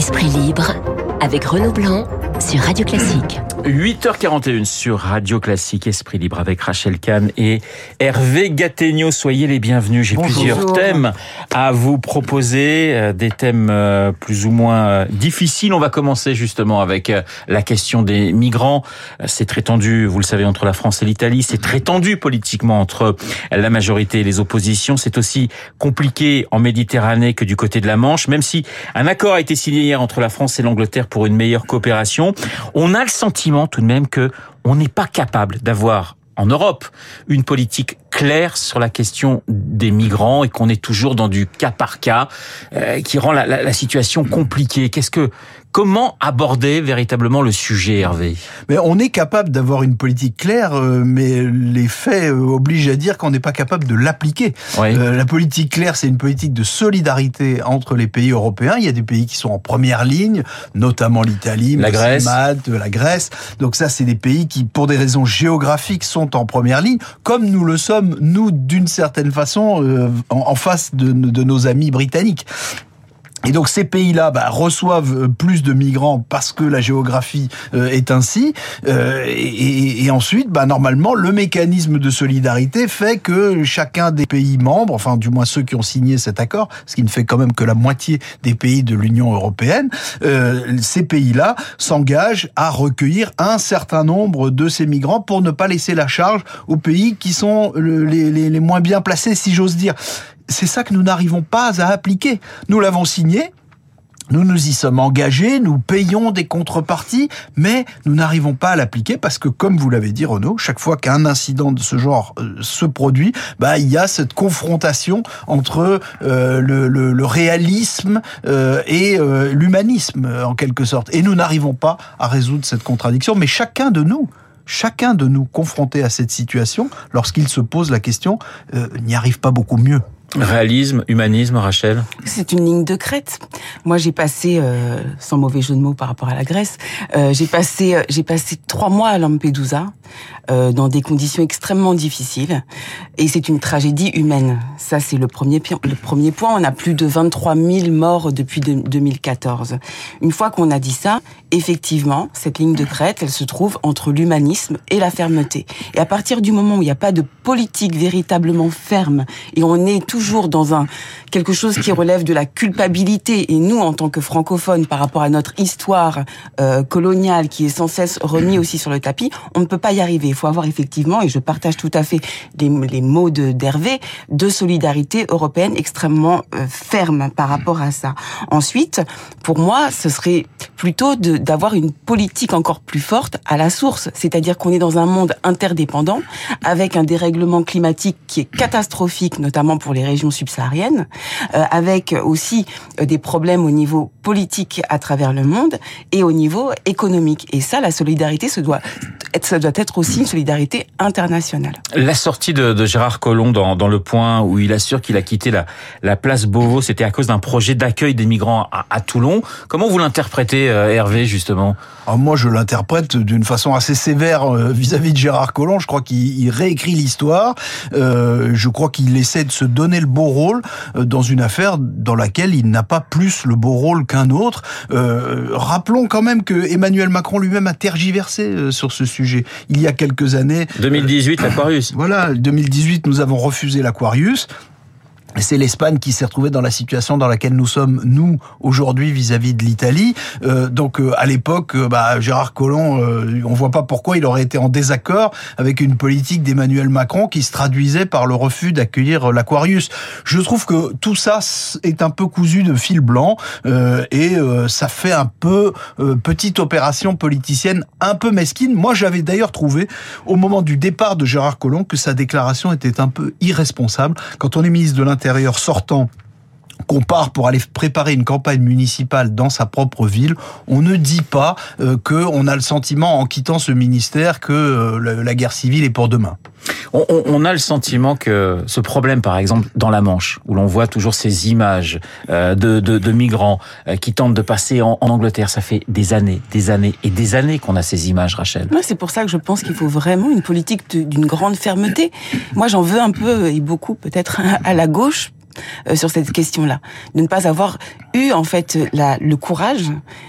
Esprit libre avec Renaud Blanc sur Radio Classique. 8h41 sur Radio Classique, Esprit libre avec Rachel Kahn et Hervé Gattegno. Soyez les bienvenus. J'ai plusieurs thèmes à vous proposer, des thèmes plus ou moins difficiles. On va commencer justement avec la question des migrants. C'est très tendu, vous le savez, entre la France et l'Italie. C'est très tendu politiquement entre la majorité et les oppositions. C'est aussi compliqué en Méditerranée que du côté de la Manche, même si un accord a été signé hier entre la France et l'Angleterre pour une meilleure coopération. On a le sentiment tout de même que on n'est pas capable d'avoir en Europe une politique claire sur la question des migrants et qu'on est toujours dans du cas par cas qui rend la situation compliquée. Comment aborder véritablement le sujet, Hervé ? Mais on est capable d'avoir une politique claire, mais les faits obligent à dire qu'on n'est pas capable de l'appliquer. Oui. La politique claire, c'est une politique de solidarité entre les pays européens. Il y a des pays qui sont en première ligne, notamment l'Italie, la Grèce, Malte, la Grèce. Donc ça, c'est des pays qui, pour des raisons géographiques, sont en première ligne, comme nous le sommes, nous, d'une certaine façon, en face de nos amis britanniques. Et donc ces pays-là reçoivent plus de migrants parce que la géographie est ainsi. Et ensuite, normalement, le mécanisme de solidarité fait que chacun des pays membres, enfin du moins ceux qui ont signé cet accord, ce qui ne fait quand même que la moitié des pays de l'Union européenne, ces pays-là s'engagent à recueillir un certain nombre de ces migrants pour ne pas laisser la charge aux pays qui sont les moins bien placés, si j'ose dire. C'est ça que nous n'arrivons pas à appliquer. Nous l'avons signé, nous nous y sommes engagés, nous payons des contreparties, mais nous n'arrivons pas à l'appliquer parce que, comme vous l'avez dit Renaud, chaque fois qu'un incident de ce genre se produit, il y a cette confrontation entre le réalisme et l'humanisme, en quelque sorte. Et nous n'arrivons pas à résoudre cette contradiction, mais chacun de nous confronté à cette situation, lorsqu'il se pose la question, n'y arrive pas beaucoup mieux. Réalisme, humanisme, Rachel ? C'est une ligne de crête. Moi, j'ai passé, sans mauvais jeu de mots par rapport à la Grèce, j'ai passé 3 mois à Lampedusa, dans des conditions extrêmement difficiles. Et c'est une tragédie humaine. Ça, c'est le premier point. On a plus de 23 000 morts depuis 2014. Une fois qu'on a dit ça, effectivement, cette ligne de crête, elle se trouve entre l'humanisme et la fermeté. Et à partir du moment où il n'y a pas de politique véritablement ferme, et on est toujours dans quelque chose qui relève de la culpabilité, et nous, en tant que francophones, par rapport à notre histoire coloniale, qui est sans cesse remis aussi sur le tapis, on ne peut pas y arriver. Il faut avoir effectivement, et je partage tout à fait les mots d'Hervé, de solidarité européenne extrêmement ferme par rapport à ça. Ensuite, pour moi, ce serait plutôt d'avoir une politique encore plus forte à la source, c'est-à-dire qu'on est dans un monde interdépendant, avec un dérèglement climatique qui est catastrophique, notamment pour les régions subsahariennes, avec aussi des problèmes au niveau politique à travers le monde et au niveau économique. Et ça, la solidarité, ça doit être aussi une solidarité internationale. La sortie de Gérard Collomb dans Le Point, où il assure qu'il a quitté la place Beauvau, c'était à cause d'un projet d'accueil des migrants à Toulon. Comment vous l'interprétez, Hervé, justement ? Alors moi, je l'interprète d'une façon assez sévère vis-à-vis de Gérard Collomb. Je crois qu'il réécrit l'histoire. Je crois qu'il essaie de se donner le beau rôle dans une affaire dans laquelle il n'a pas plus le beau rôle qu'un autre. Rappelons quand même que Emmanuel Macron lui-même a tergiversé sur ce sujet. Il y a quelques années... 2018, l'Aquarius. Voilà, 2018, nous avons refusé l'Aquarius. C'est l'Espagne qui s'est retrouvée dans la situation dans laquelle nous sommes, nous, aujourd'hui, vis-à-vis de l'Italie. Donc, à l'époque, Gérard Collomb, on voit pas pourquoi il aurait été en désaccord avec une politique d'Emmanuel Macron qui se traduisait par le refus d'accueillir l'Aquarius. Je trouve que tout ça est un peu cousu de fil blanc et ça fait un peu petite opération politicienne un peu mesquine. Moi, j'avais d'ailleurs trouvé, au moment du départ de Gérard Collomb, que sa déclaration était un peu irresponsable. Quand on est ministre de l'Intérieur sortant, qu'on part pour aller préparer une campagne municipale dans sa propre ville, on ne dit pas qu'on a le sentiment, en quittant ce ministère, que la guerre civile est pour demain. On a le sentiment que ce problème, par exemple, dans la Manche, où l'on voit toujours ces images de migrants qui tentent de passer en Angleterre, ça fait des années et des années qu'on a ces images, Rachel. Ouais, c'est pour ça que je pense qu'il faut vraiment une politique d'une grande fermeté. Moi, j'en veux un peu, et beaucoup peut-être, à la gauche, sur cette question-là, de ne pas avoir eu en fait le courage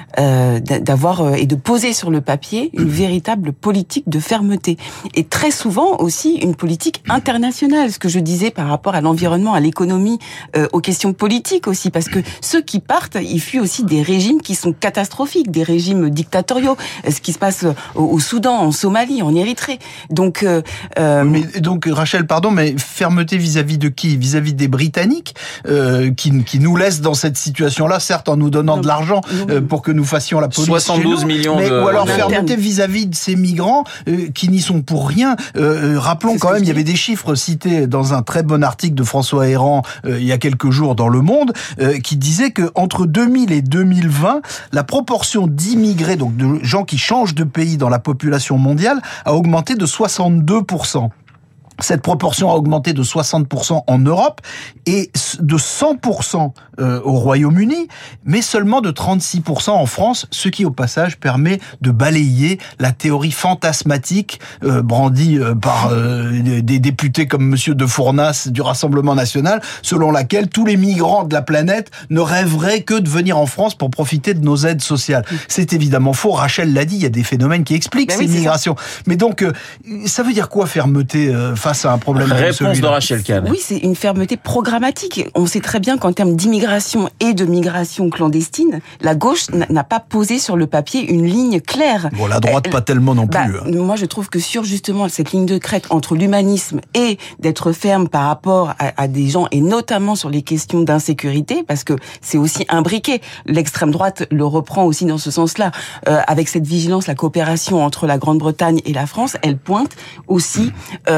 d'avoir et de poser sur le papier une véritable politique de fermeté, et très souvent aussi une politique internationale. Ce que je disais par rapport à l'environnement, à l'économie, aux questions politiques aussi, parce que ceux qui partent, ils fuient aussi des régimes qui sont catastrophiques, des régimes dictatoriaux. Ce qui se passe au Soudan, en Somalie, en Érythrée. Donc, mais donc Rachel, pardon, mais fermeté vis-à-vis de qui ? Vis-à-vis des Britanniques qui nous laissent dans cette situation-là, certes en nous donnant de l'argent pour que nous fassions la police 72 millions ou alors fermeté interne. vis-à-vis de ces migrants qui n'y sont pour rien. Rappelons quand même, il y avait des chiffres cités dans un très bon article de François Héran il y a quelques jours dans Le Monde qui disait que entre 2000 et 2020, la proportion d'immigrés, donc de gens qui changent de pays dans la population mondiale, a augmenté de 62%. Cette proportion a augmenté de 60% en Europe et de 100% au Royaume-Uni, mais seulement de 36% en France, ce qui au passage permet de balayer la théorie fantasmatique brandie par des députés comme Monsieur de Fournas du Rassemblement National, selon laquelle tous les migrants de la planète ne rêveraient que de venir en France pour profiter de nos aides sociales. C'est évidemment faux. Rachel l'a dit, il y a des phénomènes qui expliquent ces migrations. Mais donc, ça veut dire quoi fermeté face à un problème? Réponse de Rachel Kahn. Oui, c'est une fermeté programmatique. On sait très bien qu'en termes d'immigration et de migration clandestine, la gauche n'a pas posé sur le papier une ligne claire. Bon, la droite pas tellement non plus. Moi, je trouve que sur justement cette ligne de crête entre l'humanisme et d'être ferme par rapport à des gens, et notamment sur les questions d'insécurité, parce que c'est aussi imbriqué. L'extrême droite le reprend aussi dans ce sens-là. Avec cette vigilance, la coopération entre la Grande-Bretagne et la France, elle pointe aussi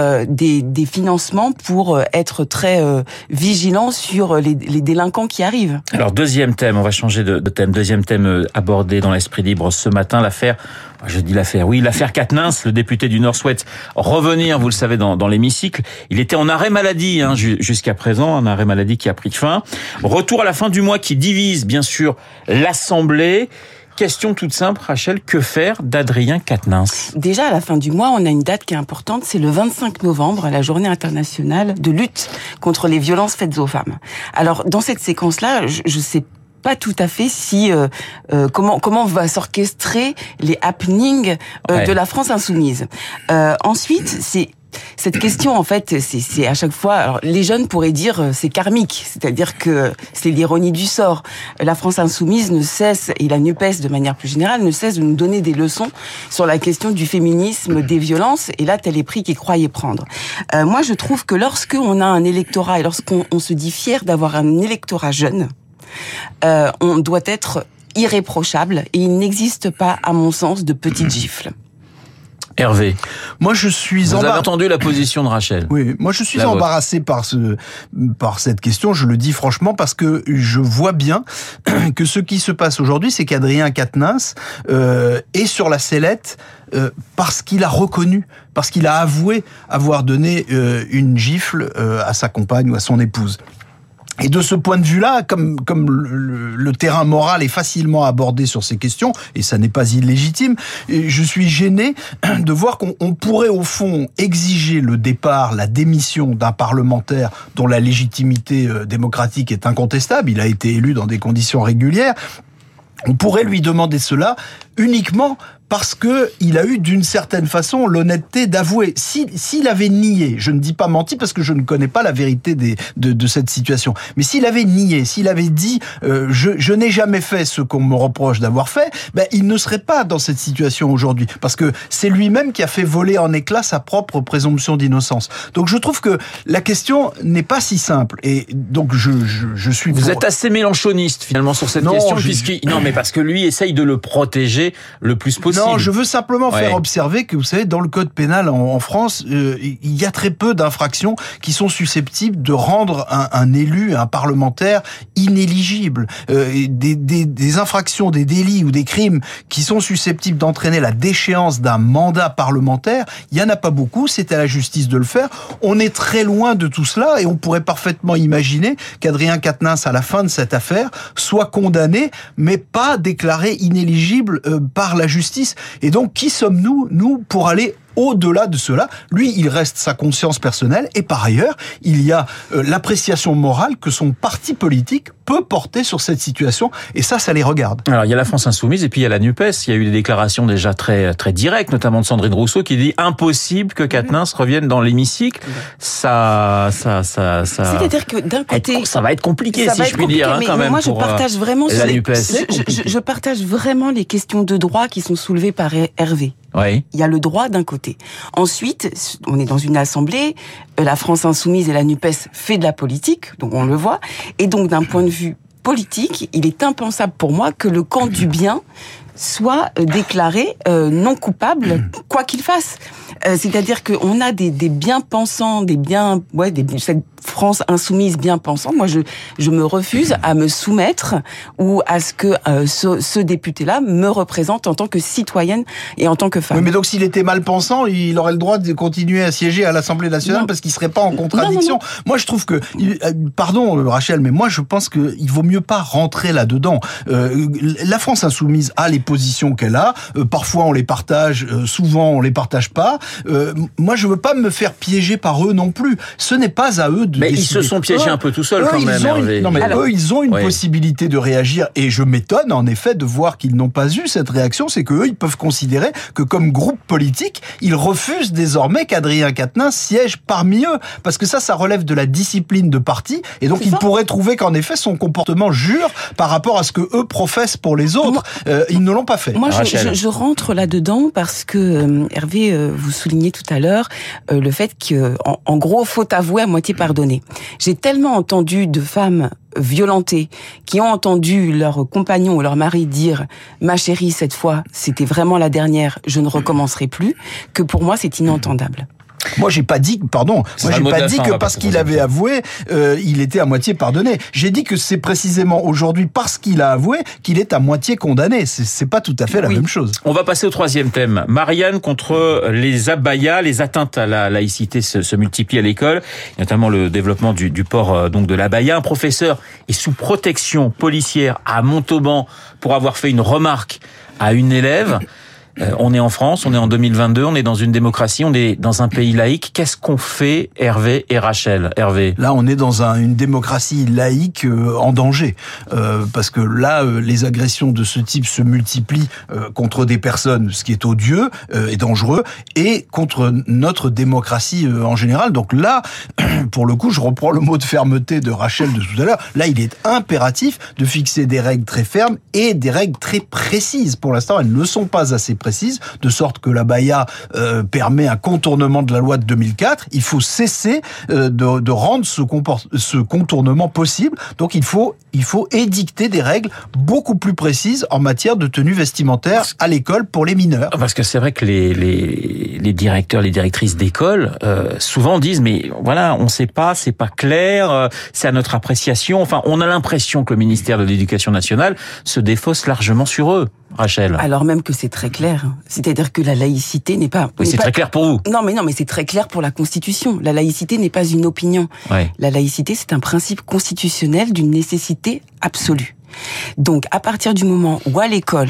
des financements pour être très vigilant sur les délinquants qui arrivent. Alors, deuxième thème, on va changer de thème. Deuxième thème abordé dans l'Esprit Libre ce matin, l'affaire Quatennens, le député du Nord souhaite revenir, vous le savez, dans l'hémicycle. Il était en arrêt maladie jusqu'à présent, un arrêt maladie qui a pris fin. Retour à la fin du mois qui divise, bien sûr, l'Assemblée. Question toute simple, Rachel, que faire d'Adrien Quatennens ? Déjà, à la fin du mois, on a une date qui est importante, c'est le 25 novembre, la journée internationale de lutte contre les violences faites aux femmes. Alors, dans cette séquence-là, je sais pas tout à fait si comment va s'orchestrer les happenings de la France insoumise. Ensuite, c'est cette question, en fait, c'est à chaque fois... Alors, les jeunes pourraient dire c'est karmique, c'est-à-dire que c'est l'ironie du sort. La France insoumise ne cesse, et la NUPES de manière plus générale, ne cesse de nous donner des leçons sur la question du féminisme, des violences, et là, tel est pris qu'ils croyaient prendre. Moi, je trouve que lorsqu'on a un électorat, et lorsqu'on se dit fier d'avoir un électorat jeune, on doit être irréprochable, et il n'existe pas, à mon sens, de petites gifles. Hervé, moi je suis vous avez entendu la position de Rachel. Oui, moi je suis embarrassé par cette question, je le dis franchement, parce que je vois bien que ce qui se passe aujourd'hui, c'est qu'Adrien Quatennens est sur la sellette parce qu'il a reconnu, parce qu'il a avoué avoir donné une gifle à sa compagne ou à son épouse. Et de ce point de vue-là, comme le terrain moral est facilement abordé sur ces questions, et ça n'est pas illégitime, je suis gêné de voir qu'on pourrait au fond exiger le départ, la démission d'un parlementaire dont la légitimité démocratique est incontestable, il a été élu dans des conditions régulières. On pourrait lui demander cela uniquement parce que il a eu d'une certaine façon l'honnêteté d'avouer. S'il avait nié, je ne dis pas menti parce que je ne connais pas la vérité de cette situation, mais s'il avait nié, s'il avait dit je n'ai jamais fait ce qu'on me reproche d'avoir fait, il ne serait pas dans cette situation aujourd'hui, parce que c'est lui-même qui a fait voler en éclats sa propre présomption d'innocence. Donc je trouve que la question n'est pas si simple, et donc je suis... Vous êtes assez mélenchoniste finalement sur cette question, non, mais parce que lui essaye de le protéger le plus possible. Non, je veux simplement faire observer que, vous savez, dans le code pénal en France, il y a très peu d'infractions qui sont susceptibles de rendre un élu, un parlementaire, inéligible. Des infractions, des délits ou des crimes qui sont susceptibles d'entraîner la déchéance d'un mandat parlementaire, il y en a pas beaucoup, c'est à la justice de le faire. On est très loin de tout cela, et on pourrait parfaitement imaginer qu'Adrien Quatennens, à la fin de cette affaire, soit condamné, mais pas déclaré inéligible par la justice. Et donc, qui sommes-nous, pour aller au-delà de cela, lui, il reste sa conscience personnelle et par ailleurs, il y a l'appréciation morale que son parti politique peut porter sur cette situation et ça les regarde. Alors, il y a la France Insoumise et puis il y a la NUPES. Il y a eu des déclarations déjà très, très directes, notamment de Sandrine Rousseau qui dit impossible que Quatennens revienne dans l'hémicycle. C'est-à-dire que d'un côté, ça va être compliqué, si je puis dire, quand même. Moi, je partage vraiment la NUPES. Je partage vraiment les questions de droit qui sont soulevées par Hervé. Oui. Il y a le droit d'un côté. Ensuite, on est dans une assemblée, la France Insoumise et la NUPES fait de la politique, donc on le voit, et donc d'un point de vue politique, il est impensable pour moi que le camp du bien soit déclaré non coupable, quoi qu'il fasse. C'est-à-dire qu'on a des bien-pensants, cette France insoumise bien-pensante. Moi, je me refuse à me soumettre ou à ce que ce député-là me représente en tant que citoyenne et en tant que femme. Oui, mais donc s'il était mal-pensant, il aurait le droit de continuer à siéger à l'Assemblée nationale parce qu'il serait pas en contradiction. Non. Moi, je trouve que, pardon Rachel, mais moi je pense que il vaut mieux pas rentrer là-dedans. La France insoumise a les positions qu'elle a. Parfois on les partage, souvent on les partage pas. Moi, je veux pas me faire piéger par eux non plus. Ce n'est pas à eux de mais décider. Ils se sont piégés un peu tout seuls quand même, Hervé. Eux, ils ont une possibilité de réagir et je m'étonne en effet de voir qu'ils n'ont pas eu cette réaction. C'est que eux, ils peuvent considérer que comme groupe politique, ils refusent désormais qu'Adrien Quatennens siège parmi eux parce que ça relève de la discipline de parti et donc ils pourraient trouver qu'en effet son comportement jure par rapport à ce que eux professent pour les autres. Ils ne l'ont pas fait. Moi, je rentre là-dedans parce que Hervé, vous soulignez tout à l'heure le fait que, en gros, faut avouer à moitié pardonner. J'ai tellement entendu de femmes violentées qui ont entendu leur compagnon ou leur mari dire « Ma chérie, cette fois, c'était vraiment la dernière, je ne recommencerai plus », que pour moi, c'est inentendable. Moi, j'ai pas dit que parce qu'il avait avoué, il était à moitié pardonné. J'ai dit que c'est précisément aujourd'hui parce qu'il a avoué qu'il est à moitié condamné. C'est pas tout à fait la même chose. On va passer au troisième thème. Marianne contre les abayas, les atteintes à la laïcité se multiplient à l'école, notamment le développement du port donc de l'abaya. Un professeur est sous protection policière à Montauban pour avoir fait une remarque à une élève. On est en France, on est en 2022, on est dans une démocratie, on est dans un pays laïque. Qu'est-ce qu'on fait, Hervé et Rachel? Hervé. Là, on est dans une démocratie laïque en danger. Parce que là, les agressions de ce type se multiplient contre des personnes, ce qui est odieux et dangereux, et contre notre démocratie en général. Donc là, pour le coup, je reprends le mot de fermeté de Rachel de tout à l'heure. Là, il est impératif de fixer des règles très fermes et des règles très précises. Pour l'instant, elles ne sont pas assez précise, de sorte que l'abaya permet un contournement de la loi de 2004. Il faut cesser de rendre ce contournement possible. Donc il faut édicter des règles beaucoup plus précises en matière de tenue vestimentaire à l'école pour les mineurs. Parce que c'est vrai que les directeurs, les directrices d'école souvent disent mais voilà, on sait pas, c'est pas clair, c'est à notre appréciation. Enfin, on a l'impression que le ministère de l'Éducation nationale se défausse largement sur eux. Rachel. Alors même que c'est très clair. C'est-à-dire que la laïcité n'est pas... Oui, c'est très clair pour vous. Non, mais c'est très clair pour la Constitution. La laïcité n'est pas une opinion. Ouais. La laïcité, c'est un principe constitutionnel d'une nécessité absolue. Donc, à partir du moment où à l'école,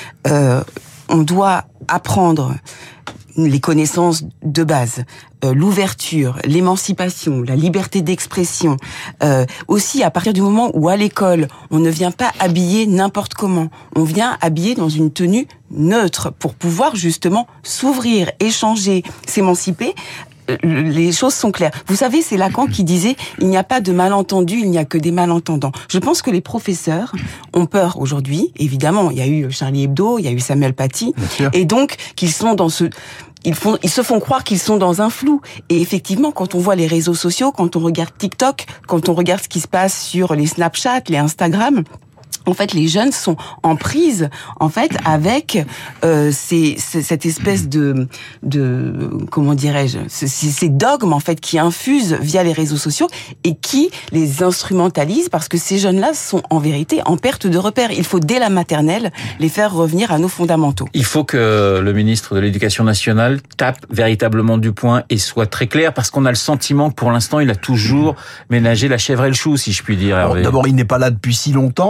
on doit apprendre les connaissances de base, l'ouverture, l'émancipation, la liberté d'expression. Aussi, à partir du moment où à l'école, on ne vient pas habiller n'importe comment, on vient habiller dans une tenue neutre pour pouvoir justement s'ouvrir, échanger, s'émanciper. Les choses sont claires. Vous savez, c'est Lacan qui disait « Il n'y a pas de malentendus, il n'y a que des malentendants ». Je pense que les professeurs ont peur aujourd'hui. Évidemment, il y a eu Charlie Hebdo, il y a eu Samuel Paty. Et donc, qu'ils sont dans ce... Ils se font croire qu'ils sont dans un flou. Et effectivement, quand on voit les réseaux sociaux, quand on regarde TikTok, quand on regarde ce qui se passe sur les Snapchat, les Instagram... En fait, les jeunes sont en prise, en fait, avec cette espèce de comment dirais-je, ces dogmes en fait qui infusent via les réseaux sociaux et qui les instrumentalisent parce que ces jeunes-là sont en vérité en perte de repères. Il faut dès la maternelle les faire revenir à nos fondamentaux. Il faut que le ministre de l'Éducation nationale tape véritablement du poing et soit très clair parce qu'on a le sentiment que pour l'instant il a toujours ménagé la chèvre et le chou, si je puis dire. Hervé. D'abord, il n'est pas là depuis si longtemps. Ouais.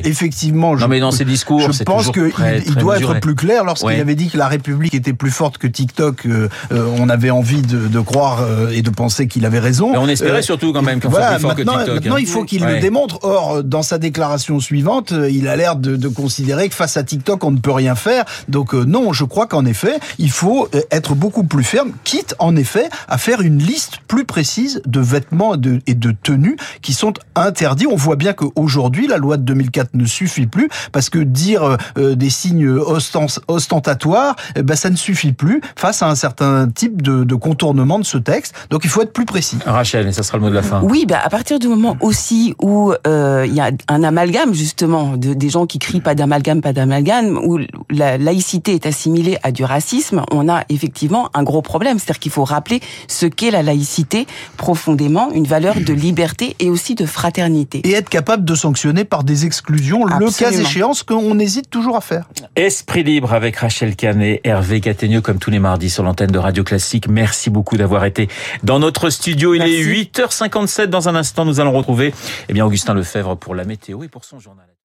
effectivement, non mais dans ses discours, je pense qu'il doit être plus clair lorsqu'il avait dit que la République était plus forte que TikTok. On avait envie de croire et de penser qu'il avait raison. Mais on espérait surtout quand même qu'on soit plus fort que TikTok. Maintenant, il faut qu'il le démontre. Or, dans sa déclaration suivante, il a l'air de considérer que face à TikTok, on ne peut rien faire. Donc non, je crois qu'en effet, il faut être beaucoup plus ferme, quitte en effet à faire une liste plus précise de vêtements et de tenues qui sont interdits. On voit bien qu'aujourd'hui, la loi de 2004 ne suffit plus parce que dire des signes ostentatoires, ça ne suffit plus face à un certain type de contournement de ce texte. Donc il faut être plus précis. Rachel, et ça sera le mot de la fin. Oui, à partir du moment aussi où il y a un amalgame justement des gens qui crient pas d'amalgame, où la laïcité est assimilée à du racisme, on a effectivement un gros problème. C'est-à-dire qu'il faut rappeler ce qu'est la laïcité profondément, une valeur de liberté et aussi de fraternité. Et être capable de sanctionner par des exclusions, le cas échéant, ce qu'on hésite toujours à faire. Esprit libre avec Rachel Kahn et Hervé Gattegno, comme tous les mardis sur l'antenne de Radio Classique. Merci beaucoup d'avoir été dans notre studio. Il est 8h57. Dans un instant, nous allons retrouver Augustin Lefebvre pour la météo et pour son journal.